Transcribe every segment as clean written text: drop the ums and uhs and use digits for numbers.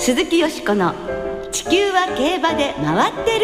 鈴木よしこの地球は競馬で回ってる。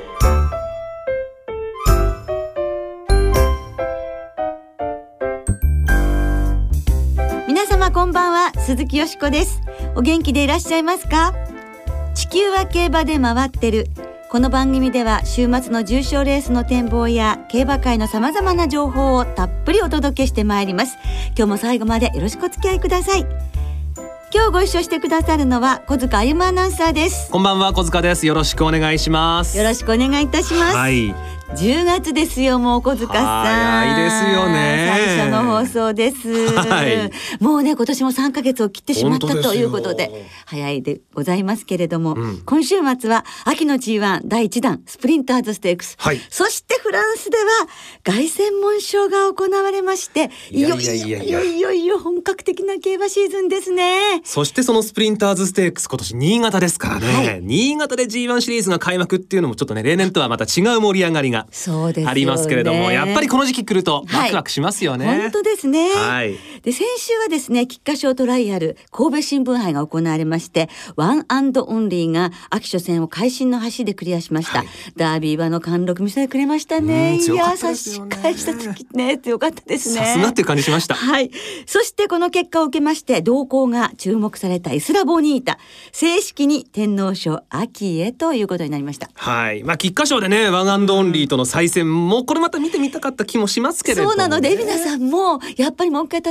皆様こんばんは、鈴木よしこです。お元気でいらっしゃいますか？地球は競馬で回ってる。この番組では週末の重賞レースの展望や競馬界のさまざまな情報をたっぷりお届けしてまいります。今日も最後までよろしくお付き合いください。今日ご一緒してくださるのは小塚歩アナウンサーです。 こんばんは、小塚です。よろしくお願いします。 よろしくお願いいたします。 はい、 10月ですよ、もう小塚さん。 早いですよね。 最初の放送です、 はい、 もうね、今年も3ヶ月を切ってしまったということで早いでございますけれども、今週末は秋の G1 第1弾スプリンターズステークス、はい、そしてフランスでは凱旋門賞が行われまして、いよいよ本格的な競馬シーズンですね。 そしてそのスプリンターズステークス、今年新潟ですからね、はい、新潟で G1 シリーズが開幕っていうのもちょっとね、例年とはまた違う盛り上がりがありますけれども、やっぱりこの時期来るとワクワクしますよね。 本当ですね、 はい、 で先週はですね、菊花賞トライアル神戸新聞杯が行われまして、ワンアンドオンリーが秋初戦を会心の走りでクリアしました、はい、ダービー馬の貫禄見せてくれましたね。いや、差し返した時ね、強かったですね。 さすがっていう感じしました。 はい、そしてこの結果を受けまして同行が注目されたイスラボニータ、正式に天皇賞秋へということになりました。 はい、菊花賞でね、ワンアンドオンリーとの再戦もこれまた見てみたかった気もしますけれども、 そうなので海老名さんもやっぱりもう一回戦って、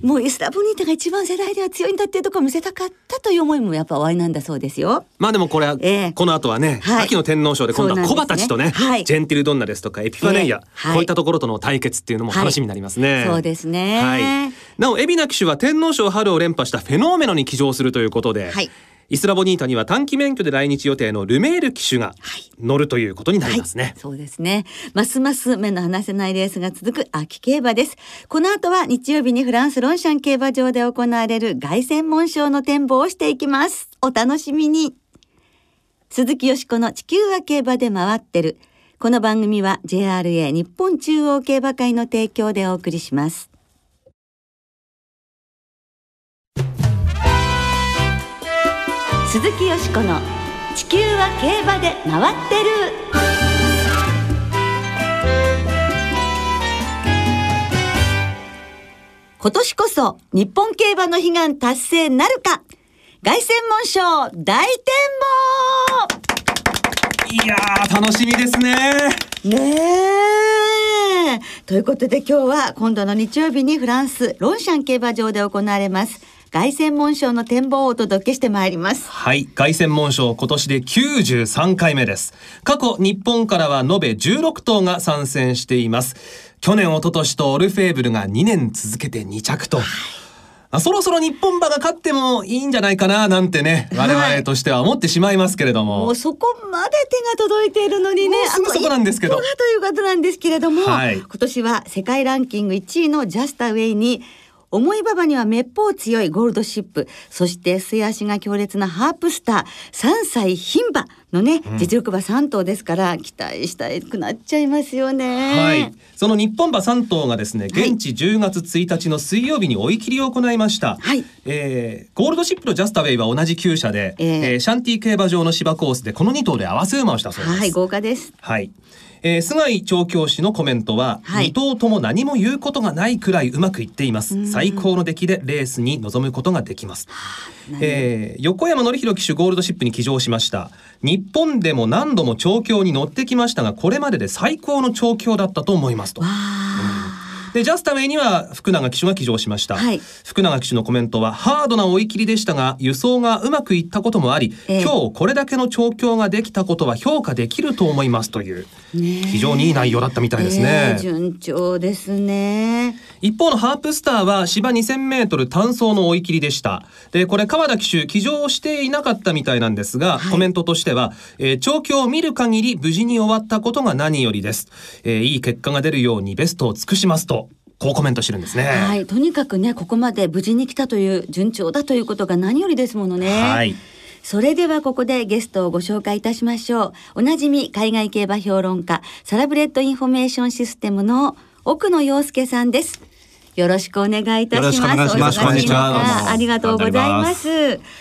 もうイスラボニータが一番世代では強いんだっていうところを見せたかったという思いもやっぱおありなんだそうですよ。 まあでもこれは、この後はね、はい、秋の天皇賞で今度は小馬たちとね、はい、ジェンティルドンナですとかエピファネイア、こういったところとの対決っていうのも楽しみになりますね。 そうですね、 はい、なお海老名騎手は天皇賞春を連覇したフェノーメノに騎乗するということで、はい、イスラボニータには短期免許で来日予定のルメール騎手が乗るということになりますね。 はいはい、そうですね。ますます目の離せないレースが続く秋競馬です。この後は日曜日にフランスロンシャン競馬場で行われる凱旋門賞の展望をしていきます。お楽しみに。鈴木よしこの地球は競馬で回ってる。この番組は JRA 日本中央競馬会の提供でお送りします。鈴木よしこの地球は競馬で回ってる。今年こそ日本競馬の悲願達成なるか。凱旋門賞大展望。 いやー、楽しみですね。 ねえ。ということで今日は今度の日曜日にフランスロンシャン競馬場で行われます凱旋門賞の展望をお届けしてまいります。 はい、凱旋門賞今年で93回目です。過去日本からは延べ16頭が参戦しています。去年、一昨年とオルフェーブルが2年続けて2着と、そろそろ日本馬が勝ってもいいんじゃないかななんてね、我々としては思ってしまいますけれども、 もうそこまで手が届いているのにね、 もうすぐそこなんですけど、 ということなんですけれども、 はい、 今年は世界ランキング1位のジャスタウェイに重い馬場にはめっぽう強いゴールドシップ、そして末足が強烈なハープスター、3歳牝馬のね、実力馬3頭ですから期待したくなっちゃいますよね。 はい、その日本馬3頭がですね、現地10月1日の水曜日に追い切りを行いました。はい、ゴールドシップとジャスタウェイは同じ厩舎で、シャンティ競馬場の芝コースでこの2頭で合わせ馬をしたそうです。 はい、豪華です。 はい、菅井調教師のコメントは、2頭とも何も言うことがないくらいうまくいっています。最高の出来でレースに臨むことができます。横山典弘騎手ゴールドシップに騎乗しました。日本でも何度も調教に乗ってきましたが、これまでで最高の調教だったと思いますと。でジャスタウェイには福永騎手が騎乗しました。はい、福永騎手のコメントは、ハードな追い切りでしたが輸送がうまくいったこともあり、今日これだけの調教ができたことは評価できると思いますという、非常にいい内容だったみたいですね。 順調ですね。 一方のハープスターは芝 2000m 単走の追い切りでした。でこれ川田騎手騎乗していなかったみたいなんですが、コメントとしては、調教を見る限り無事に終わったことが何よりです。いい結果が出るようにベストを尽くしますとこうコメントしてるんですね。 はい、とにかくね、ここまで無事に来たという順調だということが何よりですものね。はい、それではここでゲストをご紹介いたしましょう。おなじみ海外競馬評論家、サラブレッドインフォメーションシステムの奥野陽介さんです。よろしくお願いいたします。 よろしくお願いします。こんにちは。 ありがとうございます。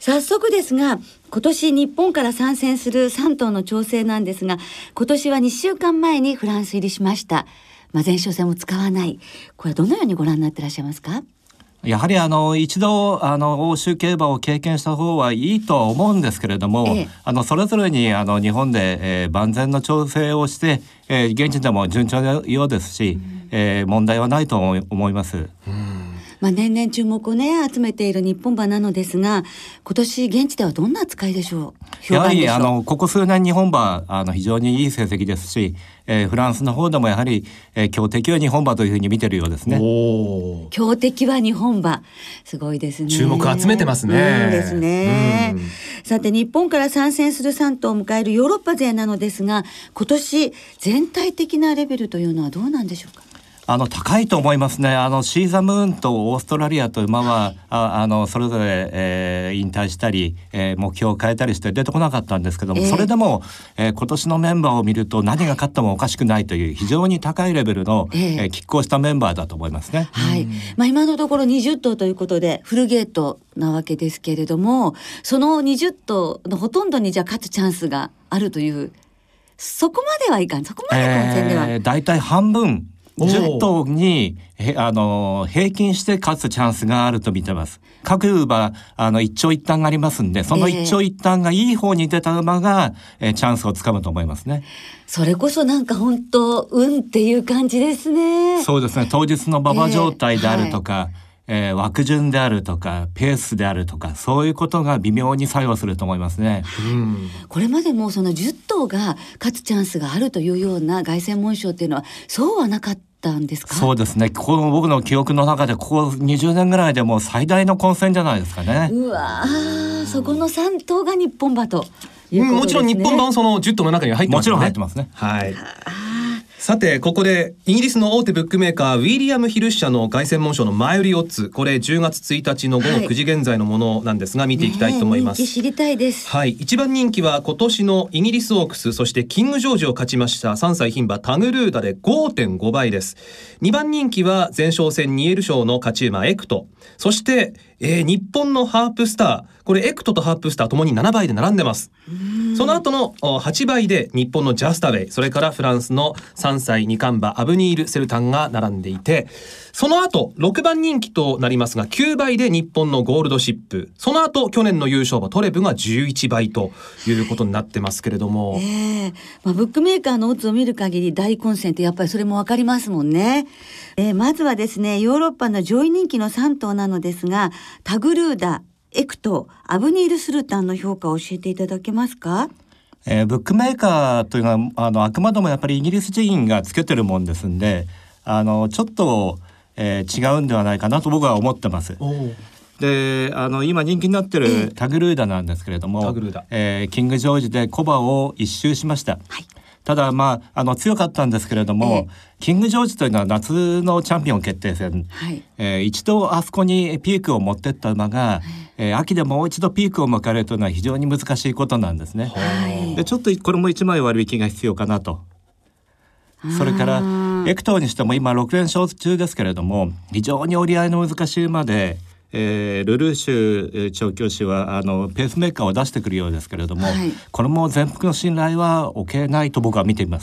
早速ですが、今年日本から参戦する3頭の調整なんですが、今年は2週間前にフランス入りしました。前哨戦も使わない。これはどのようにご覧になっていらっしゃいますか？ やはり一度欧州競馬を経験した方はいいとは思うんですけれども、それぞれに日本で、万全の調整をして、現地でも順調なようですし、問題はないと思います。 年々注目をね集めている日本馬なのですが、今年現地ではどんな扱いでしょう？ やはりここ数年日本馬非常にいい成績ですし、フランスの方でもやはり、強敵は日本馬というふうに見てるようですね。 強敵は日本馬、すごいですね。 注目集めてますね。 ですね。さて日本から参戦する3頭を迎えるヨーロッパ勢なのですが、今年全体的なレベルというのはどうなんでしょうか？ 高いと思いますね。シーザムーンとオーストラリアと馬はそれぞれ、引退したり、目標を変えたりして出てこなかったんですけども、それでも、今年のメンバーを見ると何が勝ってもおかしくないという非常に高いレベルの、拮抗したメンバーだと思いますね。 今のところ20頭ということでフルゲートなわけですけれども、その20頭のほとんどにじゃあ勝つチャンスがあるという、そこまではいかん。そこまで混戦では、 だいたい半分10頭に平均して勝つチャンスがあると見てます。各馬一長一短がありますんで、その一長一短がいい方に出た馬が、チャンスをつかむと思いますね。 それこそなんか本当運っていう感じですね。 そうですね。当日の馬場状態であるとか、枠順であるとかペースであるとか、そういうことが微妙に作用すると思いますね。 これまでもその10頭が勝つチャンスがあるというような凱旋門賞っていうのはそうはなかったんですか？ そうですね。この僕の記憶の中でここ20年ぐらいでもう最大の混戦じゃないですかね。 そこの3頭が日本馬ということですね。 もちろん日本馬はその10頭の中には入ってますね。 もちろん入ってますね。 さてここでイギリスの大手ブックメーカーウィリアムヒル社の凱旋門賞の前売りオッズ、これ10月1日の午後9時現在のものなんですが、見ていきたいと思います。 人気知りたいです。 一番人気は今年のイギリスオークス、そしてキングジョージを勝ちました3歳牝馬タグルーダで 5.5 倍です。2番人気は前哨戦ニエル賞の勝ち馬エクト、そして、日本のハープスター、これエクトとハープスターともに7倍で並んでます。その後の8倍で日本のジャスタウェイ、それからフランスの3歳二冠馬アブニール・セルタンが並んでいて、その後6番人気となりますが9倍で日本のゴールドシップ、その後去年の優勝馬トレブが11倍ということになってますけれども、 ブックメーカーのオッズを見る限り大混戦ってやっぱりそれも分かりますもんね。まずはですね、ヨーロッパの上位人気の3頭なのですが、タグルーダ、エクト、アブニール・スルタンの評価を教えていただけますか？ ブックメーカーというのはあくまでもやっぱりイギリス人がつけてるもんですんで、ちょっと、違うんではないかなと僕は思ってます。で今人気になってるタグルーダなんですけれども、キングジョージでコバを一周しました。ただ強かったんですけれども、キングジョージというのは夏のチャンピオン決定戦、一度あそこにピークを持ってった馬が、秋でもう一度ピークを迎えるというのは非常に難しいことなんですね。でちょっとこれも1枚割引が必要かなと。それからエクトーにしても今6連勝中ですけれども、非常に折り合いの難しい馬で、ルルーシュ調教師はペースメーカーを出してくるようですけれども、これも全幅の信頼は置けないと僕は見ています。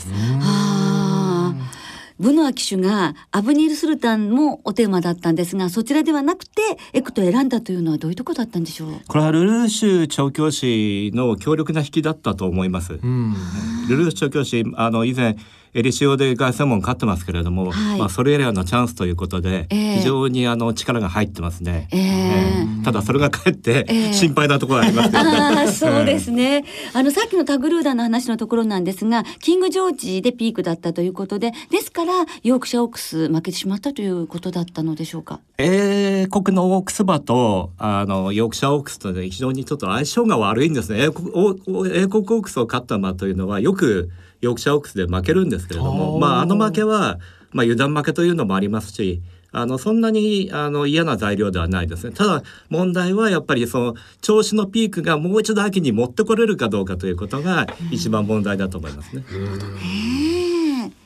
ブノア騎手がアブニール・スルタンもおテーマだったんですが、そちらではなくてエクトを選んだというのはどういうところだったんでしょう？ これはルルーシュ調教師の強力な引きだったと思います。ルルーシュ調教師以前エリシオで凱旋門勝ってますけれども、それ以来のチャンスということで、非常に力が入ってますね。ただそれがかえって心配なところがありますよね。 そうですね。さっきのタグルーダの話のところなんですが、キングジョージでピークだったということで、ですからヨークシャーオークス負けてしまったということだったのでしょうか？ 英国のオークス馬とヨークシャーオークスと、非常にちょっと相性が悪いんですね。英国オークスを勝った馬というのはよくヨークシャーオークスで負けるんですけれども、負けは、油断負けというのもありますし、そんなに嫌な材料ではないですね。ただ問題はやっぱりその調子のピークがもう一度秋に持ってこれるかどうかということが一番問題だと思いますね。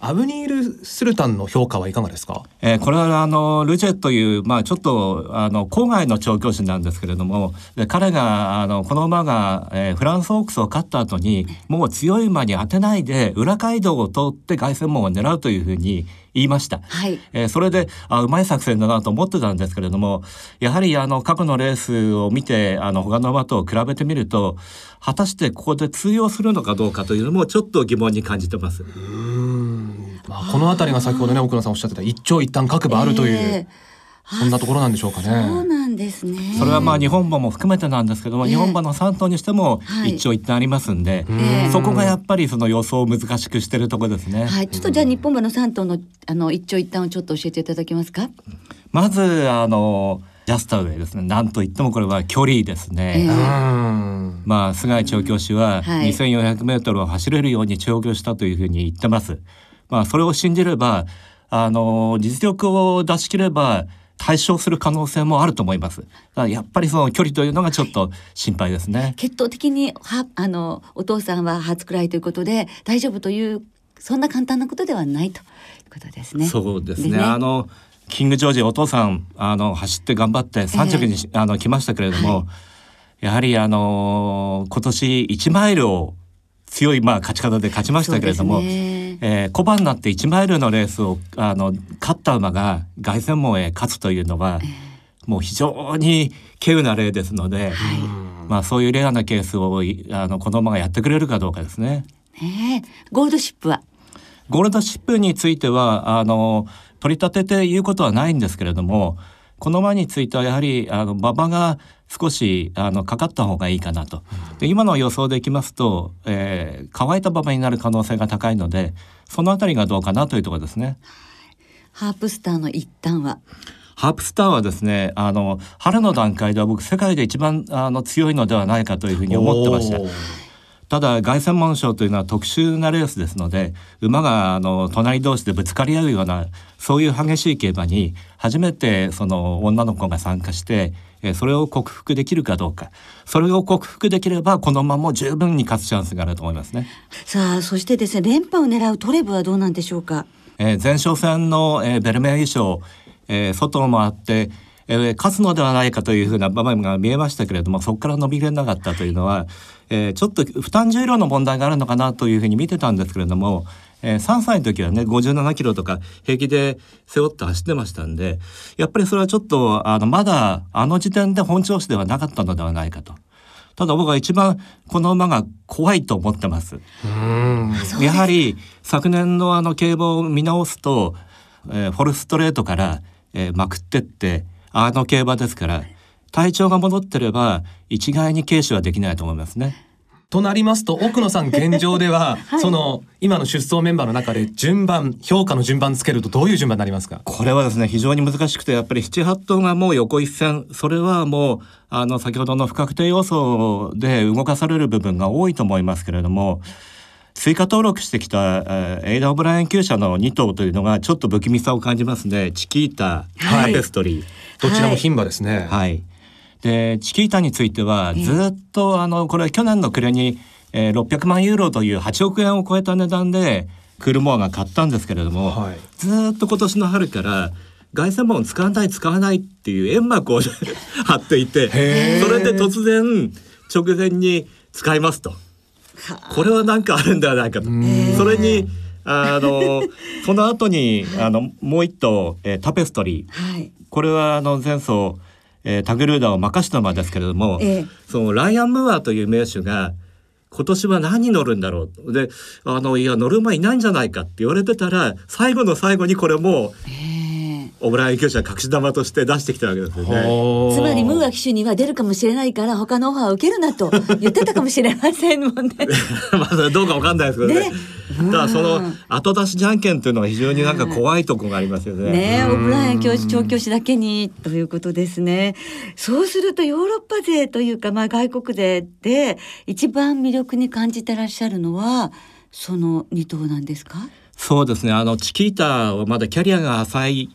アブニール・スルタンの評価はいかがですか？ これはルジェという、ちょっと郊外の調教師なんですけれども、で彼がこの馬が、フランスオークスを勝った後にもう強い馬に当てないで裏街道を通って凱旋門を狙うというふうに言いました、はい。それでうまい作戦だなと思ってたんですけれども、やはり過去のレースを見て他の馬と比べてみると果たしてここで通用するのかどうかというのもちょっと疑問に感じてます。 このあたりが先ほどね奥野さんおっしゃってた一長一短各馬あるという、そんなところなんでしょうかね。 そうなんですね。 それは日本馬も含めてなんですけども、日本馬の3頭にしても一長一短ありますんで、そこがやっぱりその予想を難しくしてるところですね。 はい、ちょっとじゃあ日本馬の3頭の一長一短をちょっと教えていただけますか？ まずジャスタウェイですね。なんといってもこれは距離ですね。菅井調教師は 2400 メートルを走れるように調教したというふうに言ってます。それを信じれば実力を出し切れば対象する可能性もあると思います。だからやっぱりその距離というのがちょっと心配ですね。 血統的にお父さんは初くらいということで大丈夫というそんな簡単なことではないということですね。 そうですね。キングジョージお父さん走って頑張って3着に、来ましたけれども、やはり今年1マイルを強い勝ち方で勝ちましたけれども、小判になって1マイルのレースを勝った馬が凱旋門へ勝つというのは、もう非常に稀有な例ですので、そういうレアなケースをこの馬がやってくれるかどうかですね。 ゴールドシップはゴールドシップについては取り立てて言うことはないんですけれども、この馬についてはやはり馬場が少しかかった方がいいかなと。で今の予想でいきますと、乾いた馬場になる可能性が高いので、そのあたりがどうかなというところですね。 ハープスターの一端はハープスターはですね春の段階では僕世界で一番強いのではないかというふうに思ってました。ただ凱旋門賞というのは特殊なレースですので、馬が隣同士でぶつかり合うようなそういう激しい競馬に初めてその女の子が参加して、それを克服できるかどうか。それを克服できればこの馬も十分に勝つチャンスがあると思いますね。 さあそしてですね、連覇を狙うトレブはどうなんでしょうか？ 前哨戦の、ベルメーユ賞、外を回って勝つのではないかというふうな場面が見えましたけれども、そこから伸びれなかったというのは、ちょっと負担重量の問題があるのかなというふうに見てたんですけれども、3歳の時はね57キロとか平気で背負って走ってましたんで、やっぱりそれはちょっとまだ時点で本調子ではなかったのではないかと。ただ僕は一番この馬が怖いと思ってます。やはり昨年の競馬を見直すと、フォルストレートから、まくってって競馬ですから、体調が戻ってれば一概に軽視はできないと思いますね。 となりますと奥野さん現状では、その今の出走メンバーの中で評価の順番つけるとどういう順番になりますか？ これはですね非常に難しくて、やっぱり 7,8 頭がもう横一線、それはもう先ほどの不確定要素で動かされる部分が多いと思いますけれども、追加登録してきたエイダ・オブライエン厩舎の2頭というのがちょっと不気味さを感じますね。チキータ、タペストリー、 どちらも牝馬ですね。 でチキータについてはずっとこれは去年の暮れに、600万ユーロという8億円を超えた値段でクールモアが買ったんですけれども、ずっと今年の春から凱旋門使わないっていう煙幕を貼っていて、それで突然直前に使いますと、これは何かあるんではないかと。それにその後にもう一頭、タペストリー、これは前走タグルーダを任した馬ですけれども、そのライアン・ムーアという名手が今年は何に乗るんだろうで、いや乗る馬いないんじゃないかって言われてたら、最後の最後にこれもオブライエン厩舎隠し玉として出してきたわけですよね。 つまりムーア騎手には出るかもしれないから他のオファーを受けるなと言ってたかもしれませんもんね。 それどうか分かんないですけどね。ただその後出しじゃんけんというのは非常になんか怖いところがありますよね。 オブライエン調教師だけにということですね。そうするとヨーロッパ勢というか、外国勢で一番魅力に感じてらっしゃるのはその2頭なんですか？ そうですね。チキータはまだキャリアが浅い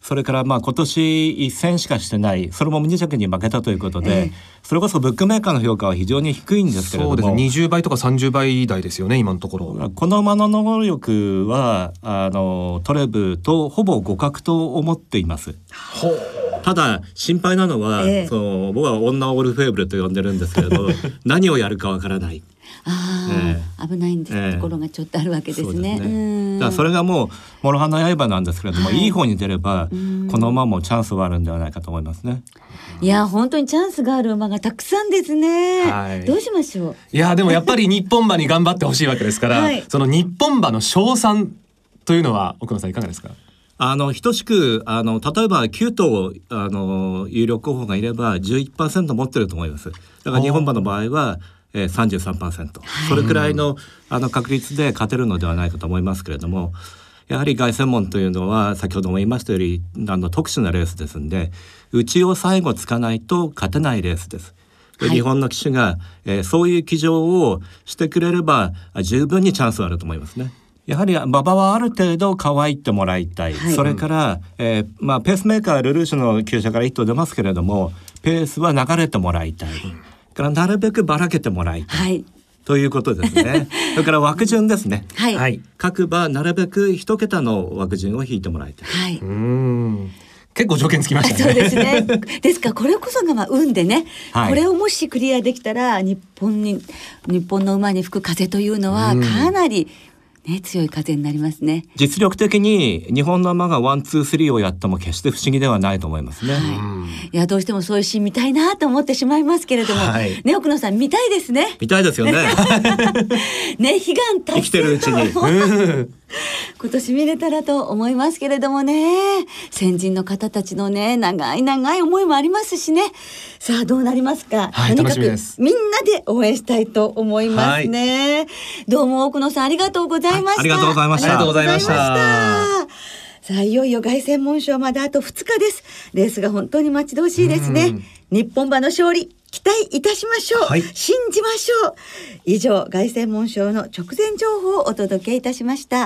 それから今年1戦しかしてない、それも2着に負けたということで、それこそブックメーカーの評価は非常に低いんですけれども、 そうですね、20倍とか30倍台ですよね今のところ。 この馬の能力はトレブとほぼ互角と思っています。ただ心配なのは、僕は女オルフェーブルと呼んでるんですけれど何をやるかわからない。 危ないんですところがちょっとあるわけですね。 だからそれがもう諸刃の刃なんですけれども、いい方に出ればこの馬もチャンスはあるんではないかと思いますね。 いや本当にチャンスがある馬がたくさんですね、どうしましょう。 いやでもやっぱり日本馬に頑張ってほしいわけですから、その日本馬の賞賛というのは奥野さんいかがですか。 等しく例えば9頭有力候補がいれば 11% 持ってると思います。だから日本馬の場合は33%、それくらいの確率で勝てるのではないかと思いますけれども、やはり凱旋門というのは先ほども言いましたより特殊なレースですんで、内を最後つかないと勝てないレースです。で日本の騎手が、そういう騎乗をしてくれれば十分にチャンスはあると思いますね。やはり馬場はある程度可愛いってもらいたい、それから、ペースメーカールルーシュの厩舎から1頭出ますけれども、ペースは流れてもらいたい、からなるべくばらけてもらいたい、ということですね。それから枠順ですね、各馬なるべく一桁の枠順を引いてもらいたい、 結構条件つきましたね。 そうですね。ですからこれこそが運でね、これをもしクリアできたら日本の馬に吹く風というのはかなり強い風になりますね。 実力的に日本の馬が1、2、3をやっても決して不思議ではないと思いますね。 いやどうしてもそういうシーン見たいなと思ってしまいますけれども、ね奥野さん見たいですね。 見たいですよね。 ね悲願達成生きてるうちに今年見れたらと思いますけれどもね、先人の方たちのね長い長い思いもありますしね。さあどうなりますか、とにかくみんなで応援したいと思いますね、どうも奥野さんありがとうございました。 ありがとうございました。 ありがとうございました。 さあいよいよ凱旋門賞まであと2日です。レースが本当に待ち遠しいですね。日本馬の勝利期待いたしましょう、信じましょう。以上凱旋門賞の直前情報をお届けいたしました。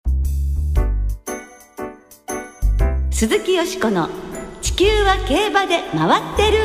鈴木よしこの地球は競馬で回ってる。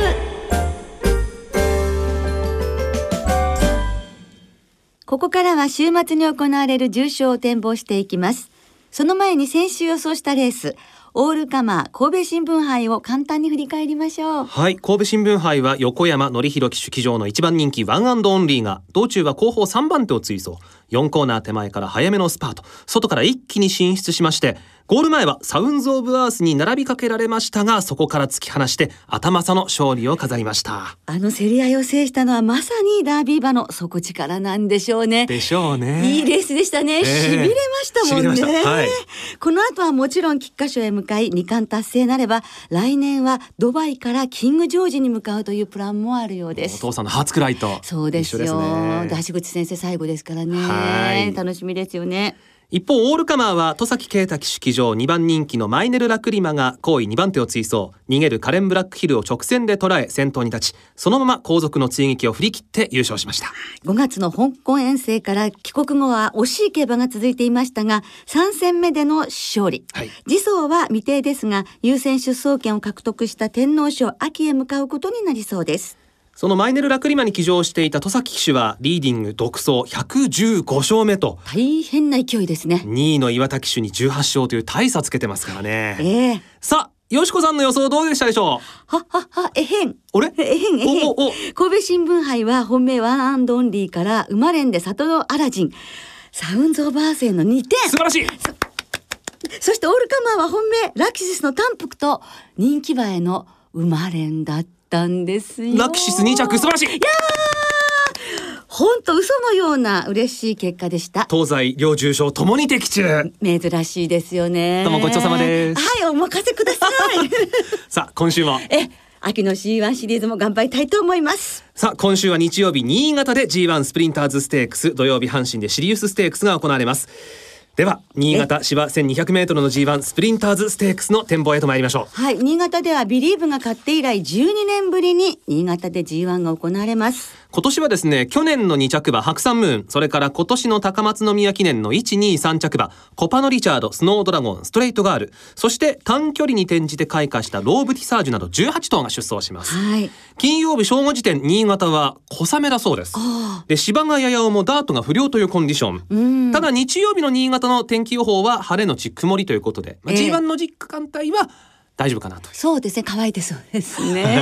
ここからは週末に行われる重賞を展望していきます。その前に先週予想したレースオールカマー神戸新聞杯を簡単に振り返りましょう。 神戸新聞杯は横山典弘騎手騎乗の一番人気ワンアンドオンリーが道中は後方3番手を追走、4コーナー手前から早めのスパート、外から一気に進出しまして、ゴール前はサウンズオブアースに並びかけられましたが、そこから突き放して頭差の勝利を飾りました。 競り合いを制したのはまさにダービー馬の底力なんでしょうね。 でしょうね。 いいレースでしたね、しびれましたもんね、この後はもちろん菊花賞へ向かい2冠達成なれば来年はドバイからキングジョージに向かうというプランもあるようです。 お父さんの初クライとそうですよ。橋口先生最後ですからね、楽しみですよね。 一方オールカマーは戸崎圭太騎手騎乗2番人気のマイネルラクリマが後位2番手を追走、逃げるカレンブラックヒルを直線で捉え先頭に立ち、そのまま後続の追撃を振り切って優勝しました。 5月の香港遠征から帰国後は惜しい競馬が続いていましたが3戦目での勝利、次走は未定ですが優先出走権を獲得した天皇賞秋へ向かうことになりそうです。 そのマイネルラクリマに騎乗していた戸崎騎手はリーディング独走115勝目と大変な勢いですね。 2位の岩田騎手に18勝という大差つけてますからね、さあよしこさんの予想どうでしたでしょう。 えへんあれえへん神戸新聞杯は本命ワンアンドオンリーから馬連で里のアラジンサウンズオブアースへの2点、 素晴らしい。 そしてオールカマーは本命ラキシスの単服と人気馬への馬連だったんですよ。 ラキシス2着素晴らしい。いや本当嘘のような嬉しい結果でした。 東西両重賞ともに的中、 珍しいですよね。 どうもごちそうさまです。 はい、お任せくださいさあ今週も秋の C1 シリーズも頑張りたいと思います。 さあ今週は日曜日新潟で G1 スプリンターズステークス、土曜日阪神でシリウスステークスが行われます。では新潟芝 1200m の G1 スプリンターズステークスの展望へと参りましょう。 新潟ではビリーブが勝って以来12年ぶりに新潟で G1 が行われます。 今年はですね、去年の2着馬白山ムーン、それから今年の高松宮記念の1、2、3着馬コパノリチャード、スノードラゴン、ストレートガール、そして短距離に転じて開花したローブティサージュなど18頭が出走します、はい、金曜日正午時点新潟は小雨だそうです。で芝がやや重もダートが不良というコンディション。ただ日曜日の新潟の天気予報は晴れのち曇りということで、G1 の時間帯は大丈夫かなと。 そうですね、乾いてそうですね、はい、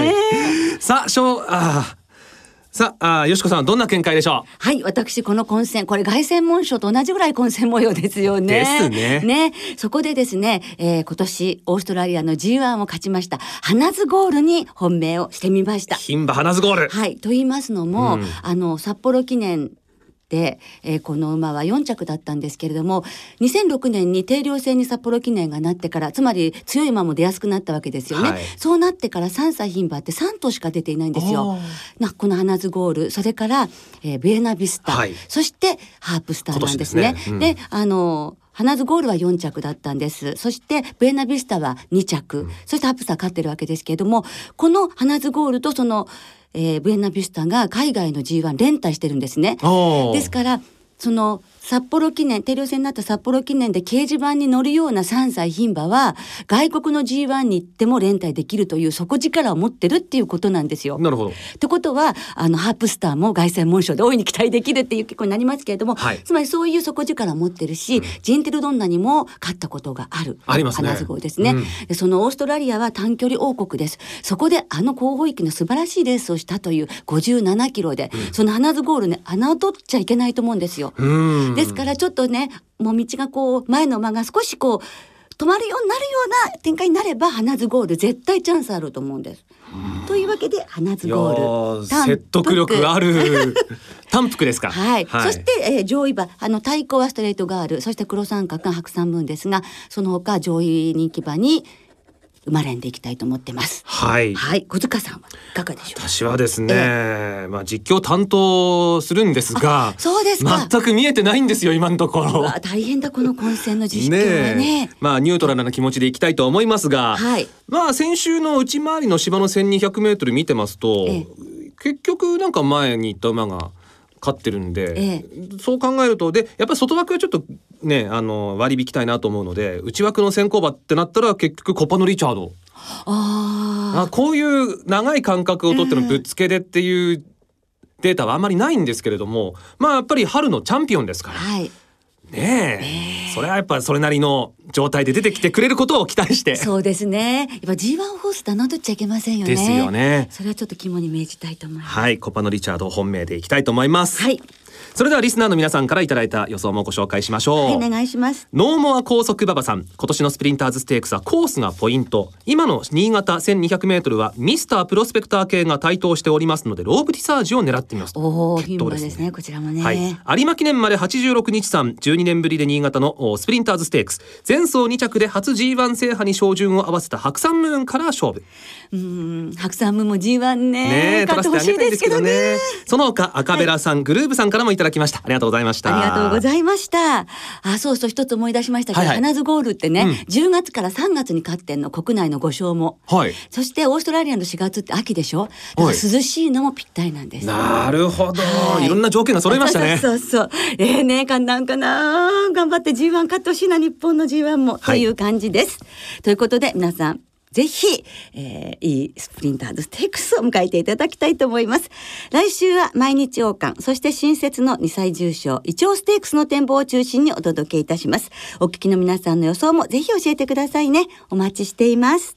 さあ、よしこさんどんな見解でしょう。 はい、私この混戦、これ凱旋門賞と同じぐらい混戦模様ですよね。 ですね。 そこでですね、今年オーストラリアの G1 を勝ちました花ズゴールに本命をしてみました。 牝馬花ズゴール。 はい、と言いますのも、札幌記念で、この馬は4着だったんですけれども、2006年に定量制に札幌記念がなってから、つまり強い馬も出やすくなったわけですよね、はい、そうなってから3歳牝馬って3頭しか出ていないんですよ。この花ズゴール、それから、ブエナビスタ、はい、そしてハープスターなんですね。で、花ズゴールは4着だったんです。そしてブエナビスタは2着、そしてハープスター勝ってるわけですけれども、この花ズゴールとそのブエナビスタが海外の G1 連帯してるんですね。ですからその札幌記念、定量制になった札幌記念で掲示板に乗るような3歳牝馬は外国の G1 に行っても連帯できるという底力を持ってるっていうことなんですよ。 なるほど。 ってことはハープスターも凱旋門賞で大いに期待できるっていう結果になりますけれども、はい、つまりそういう底力を持ってるし、ジンテルドンナにも勝ったことがある。 ありますね。 花ズゴールですね、でそのオーストラリアは短距離王国です。そこで後方域の素晴らしいレースをしたという57キロで、その花ズゴールね、侮っちゃいけないと思うんですよ。ですからちょっとね、もう道が前の馬が少し止まるようになるような展開になれば花ズゴール絶対チャンスあると思うんです。というわけで花ズゴール説得力ある単服ですか。 はい、そして、上位馬対抗はストレートガール、そして黒三角が白山ムーンですが、その他上位人気馬に生まれんでいきたいと思ってます。 はい、 はい、小塚さんはいかがでしょう。 私はですね、実況担当するんですが、 そうですか。 全く見えてないんですよ今のところ。 大変だこの混戦の実況はね。 ニュートラルな気持ちでいきたいと思いますが、はい、先週の内回りの芝の 1200m 見てますと、結局なんか前に行った馬が勝ってるんで、そう考えると、でやっぱり外枠はちょっとね割り引きたいなと思うので、内枠の先行馬ってなったら結局コパノリチャード、こういう長い間隔を取ってのぶっつけでっていうデータはあんまりないんですけれども、やっぱり春のチャンピオンですから、はい、それはやっぱそれなりの状態で出てきてくれることを期待して。 そうですね、やっぱ G1 ホース侮っちゃいけませんよね。 ですよね。 それはちょっと肝に銘じたいと思います。 はい、コパノリチャード本命でいきたいと思います。 はい、 それではリスナーの皆さんからいただいた予想もご紹介しましょう。 はい、お願いします。 ノーモア高速馬場さん、今年のスプリンターズステークスはコースがポイント。今の新潟 1200m はミスタープロスペクター系が台頭しておりますので、ローブティサージを狙ってみます。 牝馬ですね、こちらもね。 はい、有馬記念まで86日間、12年ぶりで新潟のスプリンターズステークス、前走2着で初 G1 制覇に照準を合わせた白山ムーンから勝負。 白山ムーンも G1 ね勝ってほしいですけどね。 その他赤ベラさん、グルーブさんからもいただきました。ありがとうございました。 ありがとうございました。そうそう、一つ思い出しましたけど、花ズゴールってね、10月から3月に勝ってんの、国内の5勝も、そしてオーストラリアの4月って秋でしょ。だから涼しいのもぴったりなんです。 なるほど、いろんな条件が揃いましたね。 そうなんかな、頑張って G1 勝ってほしいな、日本の G1 も、という感じです。ということで皆さんぜひ、いいスプリンターズステークスを迎えていただきたいと思います。来週は毎日王冠、そして新設の2歳重賞イチョウステークスの展望を中心にお届けいたします。お聞きの皆さんの予想もぜひ教えてくださいね。お待ちしています。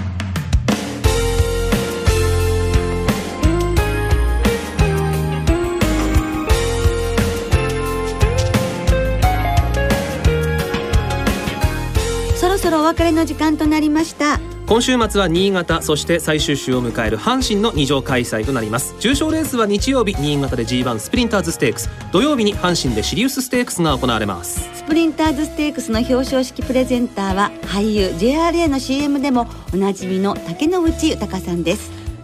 そろそろお別れの時間となりました。 今週末は新潟、そして最終週を迎える阪神の2場開催となります。重賞レースは日曜日新潟で G1 スプリンターズステークス、土曜日に阪神でシリウスステークスが行われます。 スプリンターズステークスの表彰式プレゼンターは俳優 JRA の CM でもおなじみの竹野内豊さんです。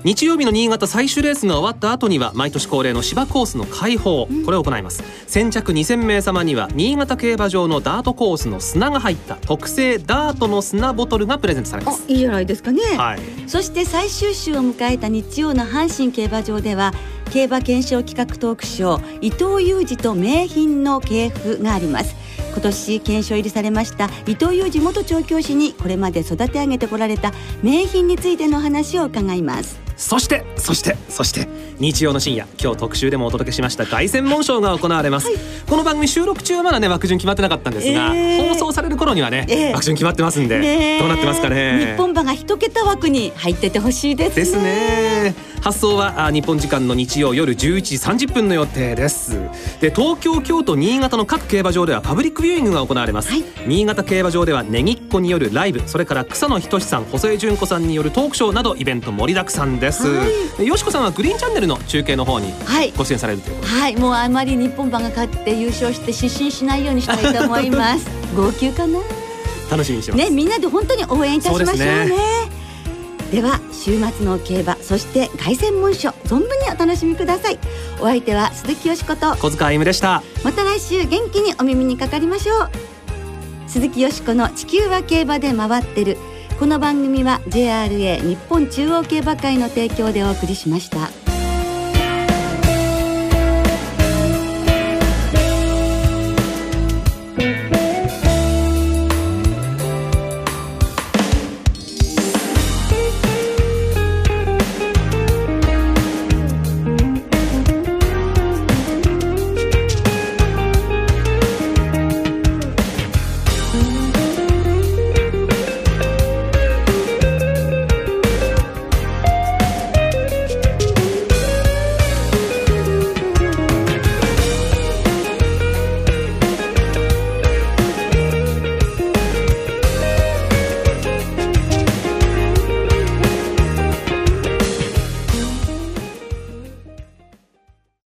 日曜日の新潟最終レースが終わった後には毎年恒例の芝コースの開放、これを行います。先着2000名様には新潟競馬場のダートコースの砂が入った特製ダートの砂ボトルがプレゼントされます。 いいじゃないですかね、 はい、 そして最終週を迎えた日曜の阪神競馬場では競馬検証企画トークショー伊藤裕二と名品の系譜があります。今年検証入りされました伊藤裕二元調教師にこれまで育て上げてこられた名品についての話を伺います。 そして日曜の深夜、今日特集でもお届けしました凱旋門賞が行われます、はい、この番組収録中はまだね枠順決まってなかったんですが、放送される頃にはね、枠順決まってますんで、どうなってますかね。 日本馬が一桁枠に入っててほしいですね。 発送は日本時間の日曜夜11時30分の予定です。で、東京、京都、新潟の各競馬場ではパブリックビューイングが行われます、はい、新潟競馬場ではネギっ子によるライブ、それから草野仁さん、細江純子さんによるトークショーなどイベント盛りだくさんです、はい、よしこさんはグリーンチャンネルの中継の方にご出演されるということで、 はい、もうあまり日本馬が勝って優勝して失神しないようにしたいと思います号泣かな、 楽しみにしてます、 ね、みんなで本当に応援いたしましょうね。では週末の競馬、そして凱旋門賞存分にお楽しみください。お相手は鈴木よしこと小塚あゆむでした。 また来週元気にお耳にかかりましょう。鈴木よしこの地球は競馬で回ってる。この番組は JRA 日本中央競馬会の提供でお送りしました。